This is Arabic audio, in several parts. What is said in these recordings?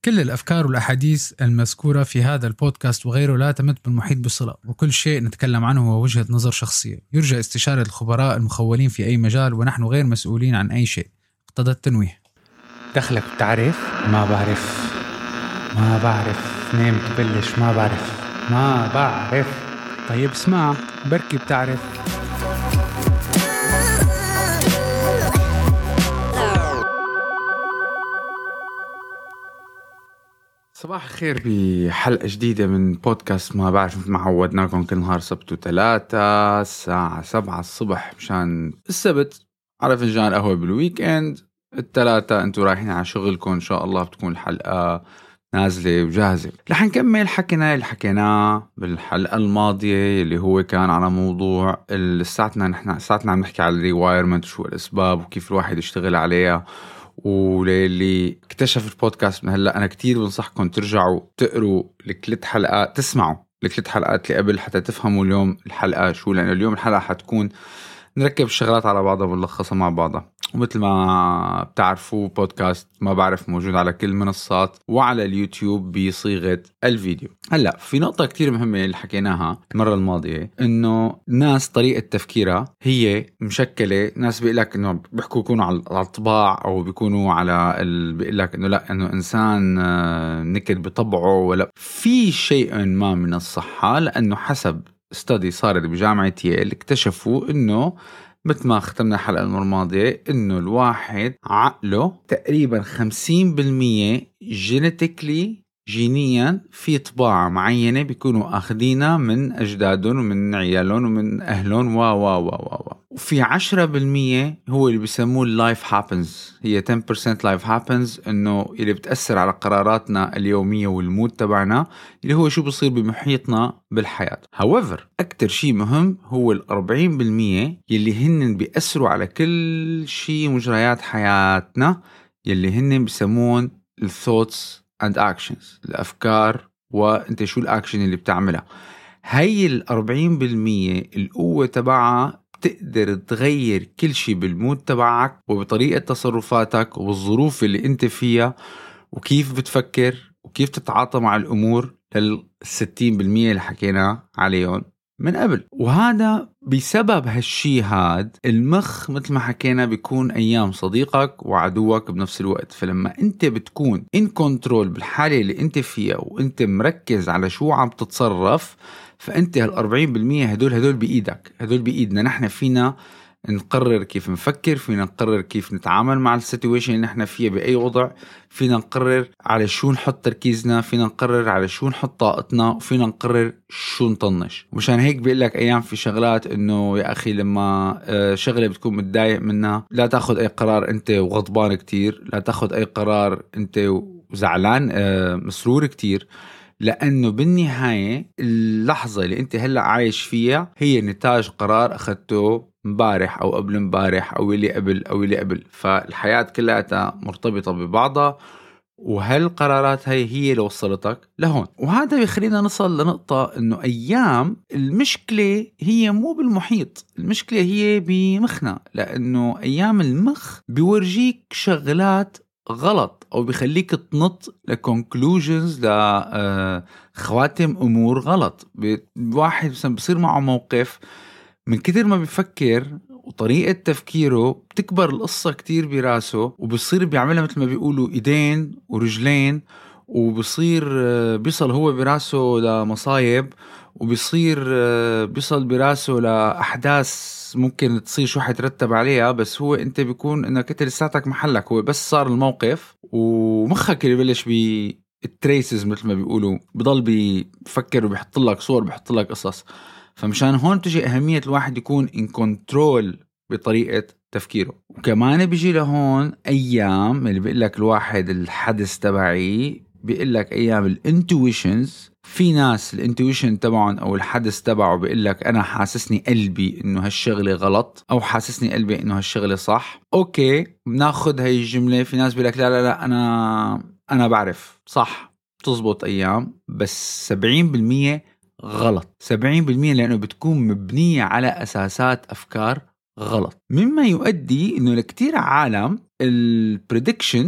كل الأفكار والأحاديث المذكورة في هذا البودكاست وغيره لا تمت بالمحيط بصلة، وكل شيء نتكلم عنه هو وجهة نظر شخصية يرجى استشارة الخبراء المخولين في أي مجال، ونحن غير مسؤولين عن أي شيء. اقتضى التنويه. دخلك بتعرف؟ ما بعرف نام تبلش. ما بعرف. طيب اسمع، بركي بتعرف. صباح الخير بحلقة جديدة من بودكاست ما بعرف. مثل ما عودناكم كل نهار سبت وثلاثة الساعة 7 الصبح، مشان السبت على فنجان قهوة بالويك اند، الثلاثة انتوا رايحين على شغلكم. ان شاء الله بتكون الحلقة نازلة وجاهزة. رح نكمل حكينا اللي حكيناه بالحلقة الماضية، اللي هو كان على موضوع ساعتنا عم نحكي على الريوايرمنت، وشو الأسباب وكيف الواحد يشتغل عليها. وللي اكتشف البودكاست من هلأ، أنا كتير بنصحكم ترجعوا تقروا الثلاث حلقات، تسمعوا الثلاث حلقات اللي قبل حتى تفهموا اليوم الحلقة شو، لأن اليوم الحلقة حتكون نركب الشغلات على بعضها ونلخصها مع بعضها. ومثل ما بتعرفوا بودكاست ما بعرف موجود على كل المنصات وعلى اليوتيوب بصيغة الفيديو. هلأ في نقطة كتير مهمة اللي حكيناها المرة الماضية، انه ناس طريقة تفكيرها هي مشكلة. ناس بيقولك انه بيحكوا يكونوا على الطباع، او بيكونوا على بيقولك انه لا، انه انسان نكد بطبعه، ولا في شيء ما من الصحة، لانه حسب استدي صارت بجامعة ييل اكتشفوا انه مثل ما ختمنا الحلقة الماضية، انه الواحد عقله تقريبا 50% جينيا في طباع معينة بيكونوا اخذينها من اجدادهم ومن عيالهم ومن اهلهم وفي 10% هو اللي بيسموه اللايف هابنز. هي 10% لايف هابنز، انه اللي بتأثر على قراراتنا اليومية والمود تبعنا، اللي هو شو بصير بمحيطنا بالحياة. however اكتر شيء مهم هو 40% يلي هن بيأثروا على كل شيء مجريات حياتنا، يلي هن بيسمون الثوتس and actions، الأفكار وانت شو الأكشن اللي بتعملها. هاي 40% القوة تبعها بتقدر تغير كل شيء بالمود تبعك وبطريقة تصرفاتك وبالظروف اللي انت فيها، وكيف بتفكر وكيف تتعاطى مع الأمور 60% اللي حكينا عليهم من قبل. وهذا بسبب هالشي هاد المخ مثل ما حكينا بيكون أيام صديقك وعدوك بنفس الوقت. فلما أنت بتكون in control بالحالة اللي أنت فيها وأنت مركز على شو عم تتصرف، فأنت هال40% هدول بإيدك، هدول بإيدنا. نحن فينا نقرر كيف نفكر، فينا نقرر كيف نتعامل مع السيتويشن اللي نحن فيها بأي وضع، فينا نقرر على شو نحط تركيزنا، فينا نقرر على شو نحط طاقتنا، وفينا نقرر شو نطنش. ومشان هيك بيقول لك أيام في شغلات إنه يا أخي لما شغلة بتكون متضايق منها لا تأخذ أي قرار أنت وغضبان كتير، لا تأخذ أي قرار أنت وزعلان مسرور كتير، لأنه بالنهاية اللحظة اللي أنت هلأ عايش فيها هي نتاج قرار أخذته مبارح أو قبل مبارح أو اللي قبل. فالحياة كلها مرتبطة ببعضها، وهالقرارات هي اللي وصلتك لهون. وهذا بيخلينا نصل لنقطة إنه أيام المشكلة هي مو بالمحيط، المشكلة هي بمخنا، لأنه أيام المخ بيورجيك شغلات غلط أو بيخليك تنط لكونكلوجنز، لخواتم أمور غلط. واحد بصير معه موقف، من كتير ما بيفكر وطريقة تفكيره بتكبر القصة كتير براسه، وبصير بيعملها مثل ما بيقولوا إيدين ورجلين، وبصير بيصل هو براسه لمصايب، وبصير بيصل براسه لأحداث ممكن تصير شو حيترتب عليها. بس هو انت بيكون انك انت لساتك محلك، هو بس صار الموقف ومخك اللي بلش التريسز مثل ما بيقولوا، بضل بيفكر وبيحط لك صور، بيحط لك قصص. فمشان هون تجي أهمية الواحد يكون in control بطريقة تفكيره. وكمان بيجي لهون أيام اللي بيقول لك الواحد الحدث تبعي، بيقول لك أيام الانتويشنز. في ناس الانتويشن تبعهم أو الحدث تبعه بيقول لك أنا حاسسني قلبي إنه هالشغلة غلط، أو حاسسني قلبي إنه هالشغلة صح. أوكي، بناخد هاي الجملة. في ناس بيقول لك لا أنا بعرف صح، تزبط أيام، بس 70% غلط. 70% لأنه بتكون مبنية على أساسات أفكار غلط، مما يؤدي إنه لكتير عالم البريدكشن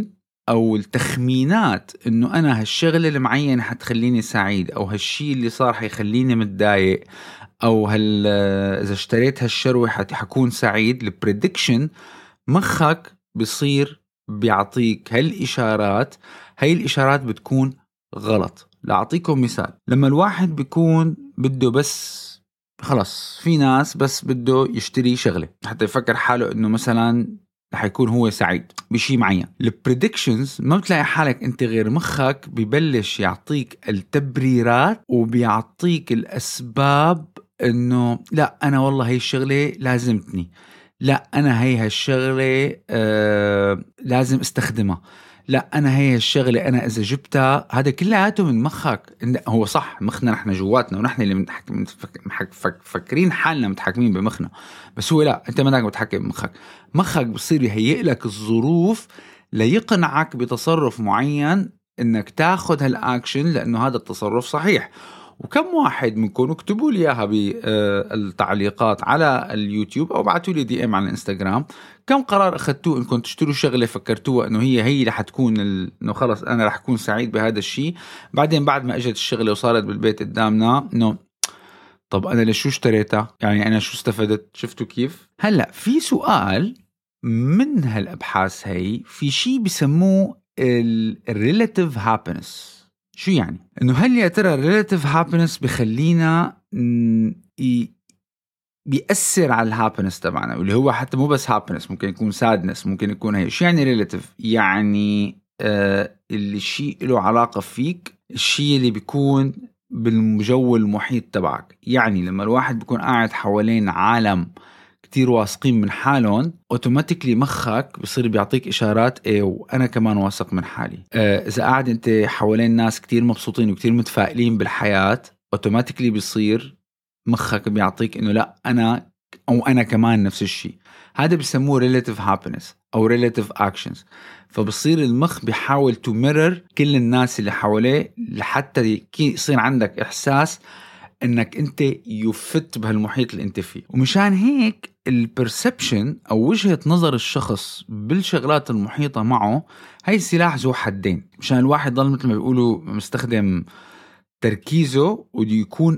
أو التخمينات إنه أنا هالشغلة المعينة حتخليني سعيد، أو هالشي اللي صار حيخليني متضايق، أو إذا اشتريت هالشروة حكون سعيد. البريدكشن مخك بصير بيعطيك هالإشارات، هاي الإشارات بتكون غلط. لأعطيكم مثال، لما الواحد بيكون بده بس خلص، في ناس بس بده يشتري شغلة حتى يفكر حاله إنه مثلا رح يكون هو سعيد بشي معين. البريدكشنز ما بتلاقي حالك انت غير مخك ببلش يعطيك التبريرات وبيعطيك الأسباب إنه لا أنا والله هاي الشغلة لازمتني، لا أنا هاي هالشغلة لازم استخدمها، لا أنا هي الشغلة أنا إذا جبتها. هذا كله من مخك. هو صح مخنا نحن جواتنا ونحن اللي فكرين حالنا متحكمين بمخنا، بس هو لا، أنت ما داك متحكم بمخك. مخك بصير يهيئ لك الظروف ليقنعك بتصرف معين إنك تاخد هالأكشن لأنه هذا التصرف صحيح. وكم واحد منكم اكتبوا لي اياها بالتعليقات على اليوتيوب او ابعتوا لي دي ام على الانستغرام، كم قرار اخذتوه انكم تشتروا شغله فكرتوها انه هي رح تكون انه خلص انا رح اكون سعيد بهذا الشيء، بعدين بعد ما اجت الشغله وصارت بالبيت قدامنا انه طب انا ليش شو اشتريتها، يعني انا شو استفدت؟ شفتوا كيف؟ هلا في سؤال من هالابحاث هي، في شيء بسموه الريلاتيف هابينس. شو يعني؟ انه هل يا ترى الريلاتيف هابينس بخلينا بيأثر على الهابينس تبعنا، واللي هو حتى مو بس هابينس، ممكن يكون سادنس، ممكن يكون هي. شو يعني ريلاتيف؟ يعني اللي شيء له علاقة فيك، الشيء اللي بيكون بالجو المحيط تبعك. يعني لما الواحد بيكون قاعد حوالين عالم كتير واثقين من حالهم، اوتوماتيكلي مخك بصير بيعطيك اشارات ايه وانا كمان واثق من حالي. اذا قاعد انت حوالين ناس كتير مبسوطين وكتير متفائلين بالحياة، اوتوماتيكلي بيصير مخك بيعطيك انه لا انا كمان نفس الشيء. هذا بيسموه relative happiness او relative actions. فبصير المخ بيحاول تمرر كل الناس اللي حواليه لحتى يصير عندك احساس انك انت يفت بهالمحيط اللي انت فيه. ومشان هيك البرسبشن او وجهة نظر الشخص بالشغلات المحيطة معه هاي سلاح ذو حدين. مشان الواحد ضل مثل ما بيقولوا مستخدم تركيزه ودي يكون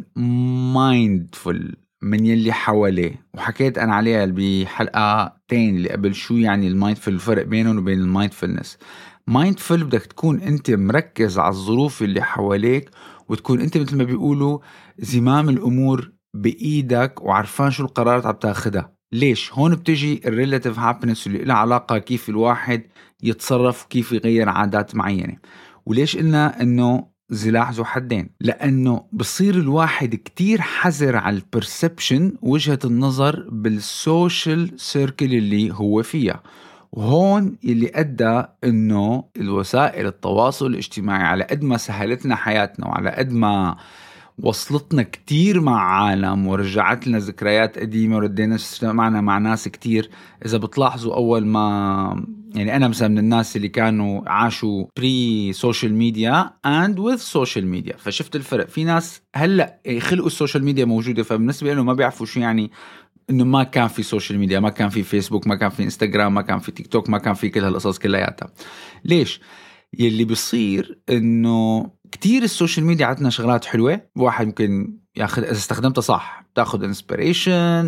mindful من يلي حواليه. وحكيت انا عليها بحلقتين اللي قبل شو يعني المايندفul، الفرق بينهم وبين المايندفulness. mindful بدك تكون انت مركز على الظروف اللي حواليك، وتكون انت مثل ما بيقولوا زمام الامور بايدك وعرفان شو القرارات عم تاخدها. ليش؟ هون بتجي الريلاتيف هابينس اللي لها علاقة كيف الواحد يتصرف، كيف يغير عادات معينة. وليش قلنا انه سلاح ذو حدين؟ لأنه بصير الواحد كتير حذر على البرسبشن، وجهة النظر بالسوشيال سيركل اللي هو فيها. وهون اللي أدى أنه الوسائل التواصل الاجتماعي على قد ما سهلتنا حياتنا وعلى قد ما وصلتنا كتير مع عالم ورجعت لنا ذكريات قديمة وردينا معنا مع ناس كتير. إذا بتلاحظوا أول ما يعني أنا مثلا من الناس اللي كانوا عاشوا بري سوشيال ميديا and with سوشيال ميديا، فشفت الفرق. في ناس هلأ خلقوا السوشيال ميديا موجودة، فبالنسبة لهم ما بيعرفوا شو يعني إنه ما كان في سوشيال ميديا، ما كان في فيسبوك، ما كان في انستغرام، ما كان في تيك توك، ما كان في كل هالقصص كلياتها. ليش؟ يلي بيصير إنه كتير السوشيال ميديا عندنا شغلات حلوة، واحد ممكن ياخد إذا استخدمتها صح تاخد انسبيريشن،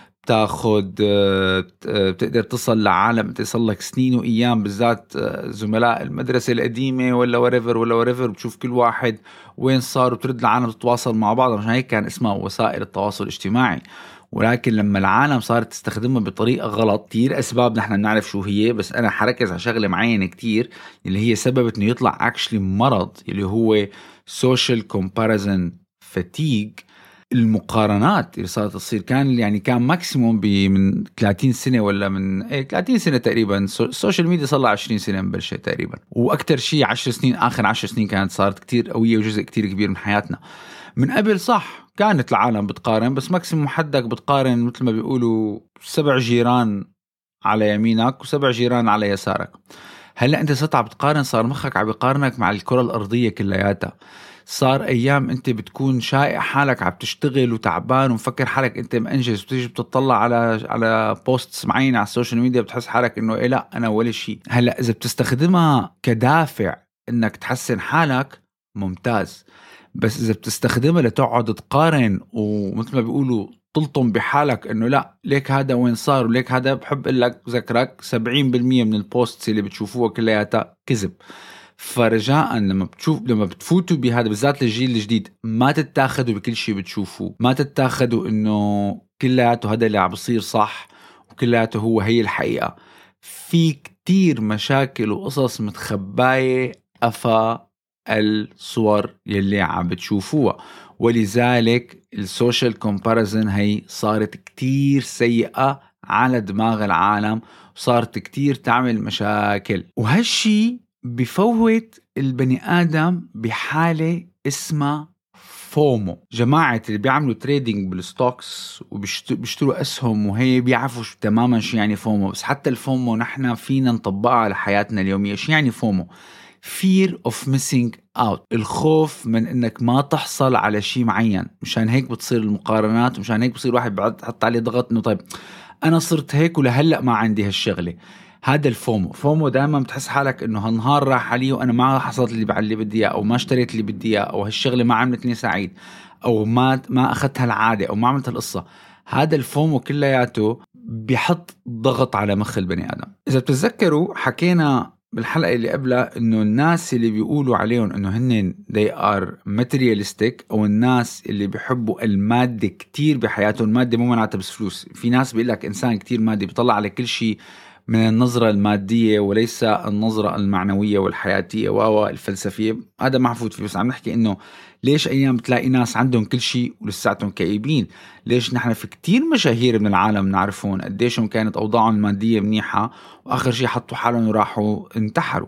تاخد بتقدر تصل لعالم تصل لك سنين وأيام، بالذات زملاء المدرسة القديمة ولا وريفر بتشوف كل واحد وين صار وترد العالم تتواصل مع بعض. عشان هيك كان اسمها وسائل التواصل الاجتماعي. ولكن لما العالم صارت تستخدمها بطريقة غلط، كتير أسباب نحن نعرف شو هي، بس أنا حركز على شغلة معينة كتير اللي هي سببت إنه يطلع actually مرض اللي هو social comparison fatigue. المقارنات اللي صارت تصير كان ماكسيموم من 30 سنة ولا من 30 سنة تقريبا. السوشيال ميديا صار لها 20 سنة مبلشة تقريبا، وأكتر شيء 10 سنين، آخر 10 سنين كانت صارت كتير قوية وجزء كتير كبير من حياتنا. من قبل صح كانت العالم بتقارن، بس ماكسيموم حدك بتقارن مثل ما بيقولوا 7 جيران على يمينك و7 جيران على يسارك. هلا انت صرت عم بتقارن، صار مخك عم بيقارنك مع الكرة الارضية كلياتها. صار ايام انت بتكون شايع حالك عم تشتغل وتعبان ومفكر حالك انت مأنجز، وتيجي بتطلع على بوستس معينة على السوشيال ميديا بتحس حالك انه إيه لا انا ولا شيء. هلا اذا بتستخدمها كدافع انك تحسن حالك ممتاز، بس اذا بتستخدمها لتقعد تقارن ومثل ما بيقولوا تلطم بحالك انه لا ليك هذا وين صار وليك هذا، بحب اقول لك ذكرك 70% من البوستس اللي بتشوفوها كلياتها كذب. فرجاء لما بتفوتوا بهذا بالذات للجيل الجديد، ما تتاخدوا بكل شيء بتشوفوه، ما تتاخدوا انه كلياته هذا اللي عم بصير صح وكلياته هو هي الحقيقة. في كتير مشاكل وقصص متخباية أفا الصور يلي عم بتشوفوها، ولذلك السوشيال كومباريزن هي صارت كتير سيئة على دماغ العالم وصارت كتير تعمل مشاكل. وهالشي بفوت البني آدم بحالة اسمها فومو. جماعة اللي بيعملوا تريدينج بالستوكس وبيشتروا أسهم وهي بيعرفوا تماما شو يعني فومو. بس حتى الفومو نحن فينا نطبقها على حياتنا اليومية. شو يعني فومو؟ fear of missing out، الخوف من انك ما تحصل على شيء معين. مشان هيك بتصير المقارنات، ومشان هيك بصير واحد بحط عليه ضغط انه طيب انا صرت هيك ولهلأ ما عندي هالشغلة. هذا الفومو دائما بتحس حالك انه هالنهار راح علي وانا ما حصلت اللي بدي اياه، او ما اشتريت اللي بدي اياه، او هالشغلة ما عملتني سعيد، او ما اخذت هالعادة، او ما عملت هالقصة. هذا الفومو كلياته بيحط ضغط على مخ البني آدم. اذا بتتذكروا حكينا بالحلقة اللي قبلها انه الناس اللي بيقولوا عليهم انه هن they are materialistic، او الناس اللي بيحبوا المادة كتير بحياتهم. المادة مو معناتها بس فلوس. في ناس بيقول لك انسان كتير مادي بيطلع على كل شيء من النظرة المادية وليس النظرة المعنوية والحياتية والفلسفية. هذا ما حفوت فيه، بس عم نحكي انه ليش ايام بتلاقي ناس عندهم كل شيء ولساتهم كئيبين؟ ليش نحن في كتير مشاهير من العالم نعرفون قديشهم كانت اوضاعهم المادية منيحة واخر شيء حطوا حالهم وراحوا انتحروا.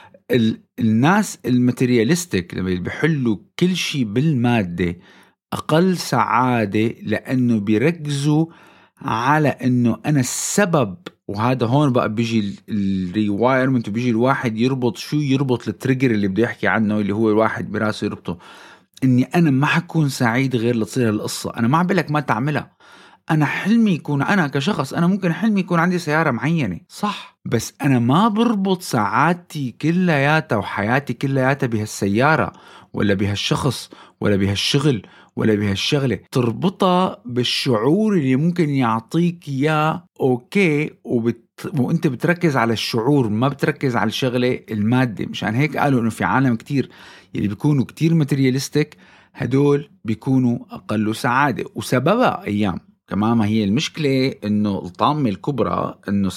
الناس الماتيرياليستيك اللي بيحلوا كل شيء بالمادة اقل سعادة، لانه بيركزوا على انه انا السبب. وهذا هون بقى بيجي الريوايرمنت، وبيجي الواحد يربط التريجر اللي بده يحكي عنه، اللي هو الواحد براسه يربطه اني انا ما حكون سعيد غير لتصير القصة. انا ما عبالك ما تعملها. انا حلمي يكون، انا كشخص انا ممكن حلمي يكون عندي سيارة معينة صح، بس انا ما بربط سعادتي كلياتها وحياتي كلياتها بهالسيارة ولا بهالشخص ولا بهالشغل ولا بهالشغلة. تربطها بالشعور اللي ممكن يعطيك إياه أوكي، وانت بتركز على الشعور ما بتركز على الشغلة المادة. مشان هيك قالوا انه في عالم كتير اللي بيكونوا كتير ماتيرياليستيك هدول بيكونوا أقل سعادة. وسببها أيام كمان ما هي المشكلة انه الطامة الكبرى انه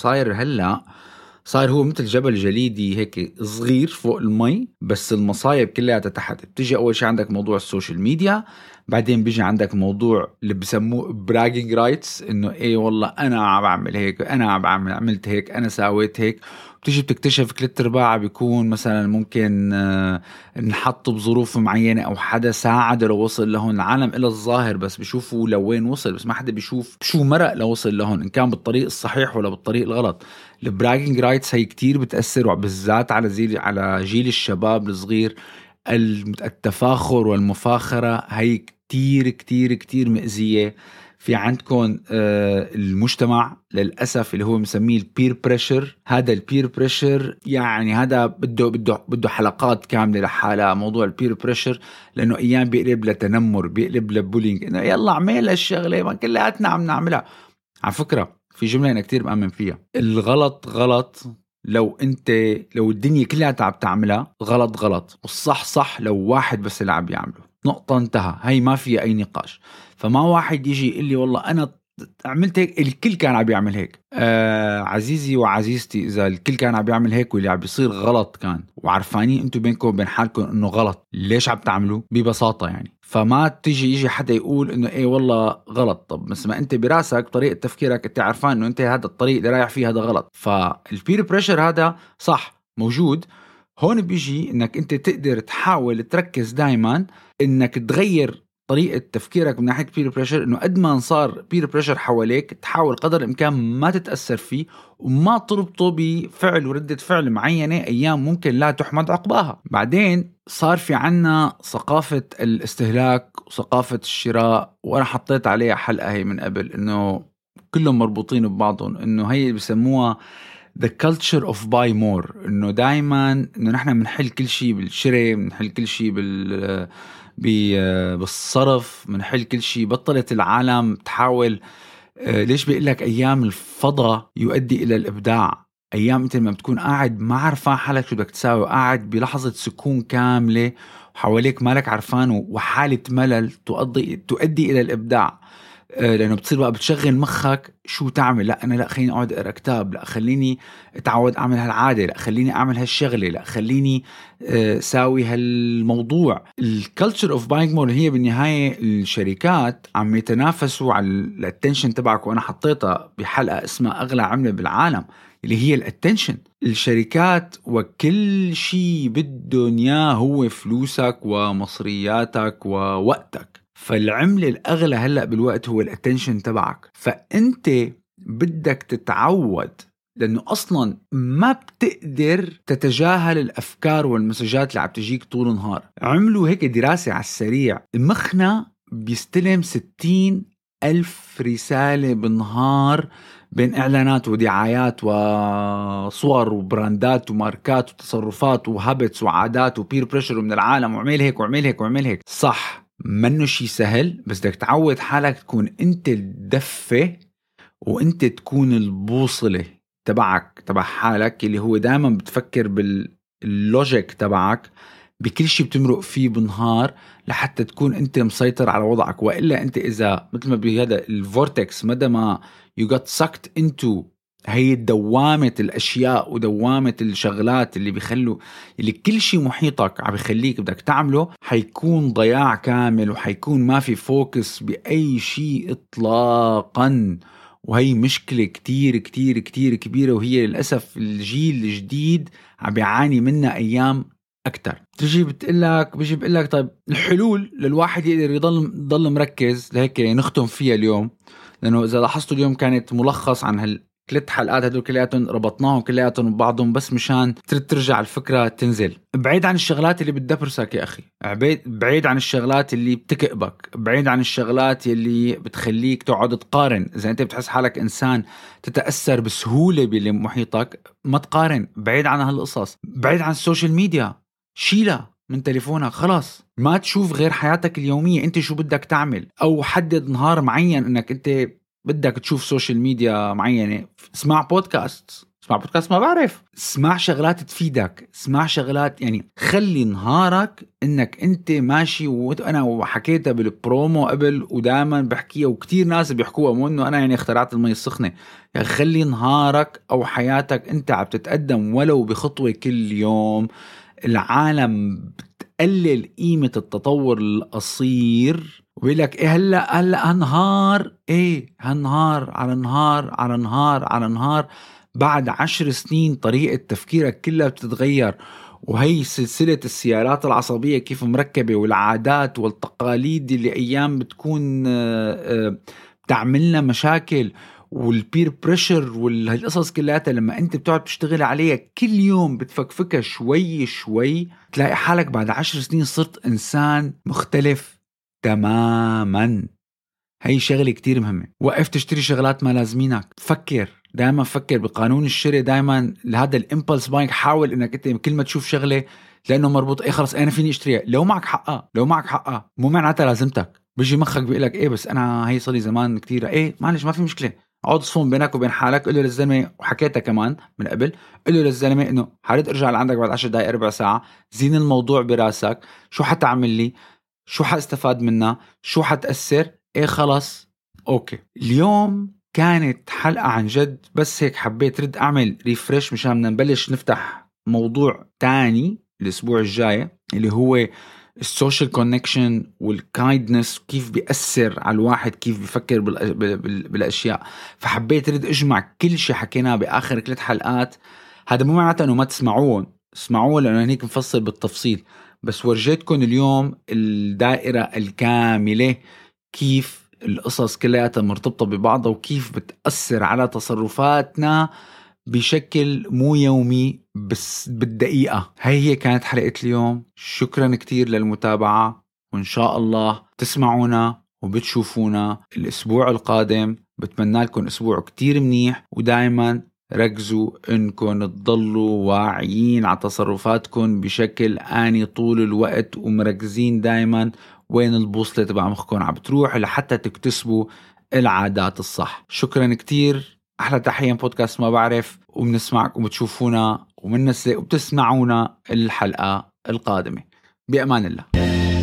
صار هو مثل جبل جليدي هيك صغير فوق المي، بس المصايب كلها تحت. بتيجي أول شيء عندك موضوع السوشيال ميديا، بعدين بيجي عندك موضوع اللي بسموه براجينج رايتس، إنه إيه والله أنا عم بعمل هيك، أنا عملت هيك، أنا سويت هيك. بتيجي بتكتشف 3/4 بيكون مثلا ممكن نحط بظروف معينة أو حدا ساعد لو وصل لهون. العالم إلى الظاهر بس بيشوفوا لوين وصل، بس ما حدا بيشوف شو مرق لو وصل لهون، إن كان بالطريق الصحيح ولا بالطريق الغلط. البراجينج رايتس هي كتير بتأثر بالذات على جيل الشباب الصغير. التفاخر والمفاخرة هي كتير كتير كتير مأزية. في عندكم المجتمع للأسف اللي هو مسميه البير بريشر. هذا البير بريشر يعني هذا بده حلقات كاملة لحالة موضوع البير بريشر، لأنه أيام بيقلب لتنمر، بيقلب لبولينج، إنه يلا عمل الشغلة ما كلياتنا عم نعملها. على فكرة في جملة أنا كتير بأمن فيها، الغلط غلط لو الدنيا كلها عم تعملها، غلط والصح صح لو واحد بس اللي عم يعمله. نقطة انتهى، هاي ما فيها أي نقاش. فما واحد يجي يقول لي والله أنا عملت هيك، الكل كان عم يعمل هيك. عزيزي وعزيزتي، إذا الكل كان عم يعمل هيك واللي عم بيصير غلط كان، وعرفانين أنتوا بينكم وبين حالكم إنه غلط، ليش عم تعملوا ببساطة يعني؟ فما يجي حدا يقول إنه إيه والله غلط. طب بس ما أنت براسك طريقة تفكيرك أنت عارفان إنه أنت هذا الطريق اللي رايح فيه هذا غلط. فالبير بريشر هذا صح موجود. هون بيجي إنك أنت تقدر تحاول تركز دايما إنك تغير طريقة تفكيرك من ناحية بير بريشر، إنه قد ما صار بير بريشر حواليك تحاول قدر الإمكان ما تتأثر فيه وما تربطه بفعل وردة فعل معينة أيام ممكن لا تحمد عقباها. بعدين صار في عنا ثقافة الاستهلاك وثقافة الشراء، وأنا حطيت عليها حلقة هي من قبل، إنه كلهم مربوطين ببعضهم. إنه هي بيسموها the culture of buy more، إنه دايما إنه نحن بنحل كل شيء بالشراء، بنحل كل شيء بالصرف، بنحل كل شيء. بطلت العالم تحاول. ليش بيقول لك أيام الفضاء يؤدي إلى الإبداع؟ أيام أنت لما بتكون قاعد ما عارفان حالك شو بدك تساوي، قاعد بلحظة سكون كاملة وحواليك مالك عارفان، وحالة ملل تؤدي إلى الإبداع. لأنه بتصير بقى بتشغل مخك شو تعمل. لا أنا لا خليني أقعد أقرأ كتاب، لا خليني أتعود أعمل هالعادة، لا خليني أعمل هالشغلة، لا خليني ساوي هالموضوع. الكالتشر اوف باينج مور هي بالنهاية الشركات عم يتنافسوا على الاتنشن تبعك، وأنا حطيتها بحلقة اسمها أغلى عملة بالعالم اللي هي الاتنشن. الشركات وكل شيء بدهم إياه هو فلوسك ومصرياتك ووقتك. فالعملة الأغلى هلأ بالوقت هو الاتنشن تبعك. فأنت بدك تتعود، لأنه أصلا ما بتقدر تتجاهل الأفكار والمسجات اللي عم تجيك طول النهار. عملوا هيك دراسة على السريع، مخنا بيستلم 60,000 رسالة بالنهار بين إعلانات ودعايات وصور وبراندات وماركات وتصرفات وهابتس وعادات وبير بريشر من العالم، وعمل هيك وعمل هيك وعمل هيك. صح منه شي سهل، بس بدك تعود حالك تكون انت الدفة وانت تكون البوصلة تبعك تبع حالك، اللي هو دائما بتفكر باللوجيك تبعك بكل شي بتمرق فيه بالنهار لحتى تكون انت مسيطر على وضعك. وإلا انت اذا مثل ما بهذا الفورتكس مدى ما you got sucked into هي دوامة الأشياء ودوامة الشغلات اللي بيخلوا اللي كل شيء محيطك عم بيخليك بدك تعمله، حيكون ضياع كامل وحيكون ما في فوكس بأي شيء إطلاقا. وهي مشكلة كتير كتير كتير كبيرة، وهي للأسف الجيل الجديد عم بيعاني منها أيام أكتر. بيجي بقول لك طيب الحلول للواحد يقدر يضل مركز. لهيك نختم فيها اليوم، لأنه إذا لاحظتوا اليوم كانت ملخص عن 3 حلقات هدول كلياتهم ربطناهم كلياتهم ببعضهم بس مشان ترجع الفكرة تنزل. بعيد عن الشغلات اللي بتدبرسك يا أخي، بعيد عن الشغلات اللي بتكئبك، بعيد عن الشغلات اللي بتخليك تقعد تقارن. إذا أنت بتحس حالك إنسان تتأثر بسهولة باللي محيطك، ما تقارن. بعيد عن هالقصص، بعيد عن السوشيال ميديا، شيلها من تليفونك خلاص. ما تشوف غير حياتك اليومية، انت شو بدك تعمل، او حدد نهار معين انك انت بدك تشوف سوشيال ميديا معينة. اسمع بودكاست ما بعرف، اسمع شغلات تفيدك، اسمع شغلات يعني خلي نهارك انك انت ماشي. وانا وحكيتها بالبرومو قبل ودائما بحكيها وكتير ناس بيحكوها، مو انه انا يعني اخترعت المي السخنة. يعني خلي نهارك او حياتك انت عم تتقدم ولو بخطوة كل يوم. العالم بتقلل قيمة التطور القصير وبيقول لك إيه هلأ هالنهار، إيه هالنهار على نهار على نهار على نهار. بعد 10 سنين طريقة تفكيرك كلها بتتغير. وهي سلسلة السيارات العصبية كيف مركبة، والعادات والتقاليد اللي أيام بتكون بتعملنا مشاكل، والبير بريشر والقصص كلها لما انت بتقعد تشتغل عليها كل يوم بتفكفكها شوي شوي، تلاقي حالك بعد 10 سنين صرت انسان مختلف تماما. هي شغلة كتير مهمة. وقف تشتري شغلات ما لازمينك. دائما فكر بقانون الشراء. دائما لهذا الامبلس باينج حاول انك انت كل ما تشوف شغلة لانه مربوط ايه خلص انا فيني اشتريها، لو معك حقها مو معناتها لازمتك. بيجي مخك بيقولك ايه بس انا هي صلي زمان كتير، ايه معلش ما في مشكلة. عود صفون بينك وبين حالك، قل له للزلمة، وحكيتها كمان من قبل، قل له للزلمة انه حارد ارجع لعندك بعد 10 دقائق ربع ساعة، زين الموضوع براسك، شو حتعمل لي، شو حاستفاد منها، شو حتأثر، ايه خلاص اوكي. اليوم كانت حلقة عن جد بس هيك حبيت رد اعمل ريفريش مشان نبلش نفتح موضوع تاني الاسبوع الجاي اللي هو السوشيال كونكشن والكايندنس، كيف بيأثر على الواحد، كيف بيفكر بالأشياء. فحبيت رد اجمع كل شيء حكيناه بآخر 3 حلقات. هذا مو معناته انه ما تسمعوه، اسمعوه لانه هنيك مفصل بالتفصيل، بس ورجيتكم اليوم الدائرة الكاملة، كيف القصص كلها مرتبطة ببعضها وكيف بتأثر على تصرفاتنا بشكل مو يومي بس بالدقيقة. هي كانت حلقة اليوم. شكرا كتير للمتابعة، وإن شاء الله تسمعونا وبتشوفونا الأسبوع القادم. بتمنى لكم أسبوع كتير منيح، ودايما ركزوا إنكم تضلوا واعيين على تصرفاتكم بشكل آني طول الوقت، ومركزين دايما وين البوصلة تبع مخكم عم بتروح لحتى تكتسبوا العادات الصح. شكرا كتير. أحلى تحية بودكاست ما بعرف، وبنسمعكم وبتشوفونا وبتسمعونا الحلقة القادمة. بأمان الله.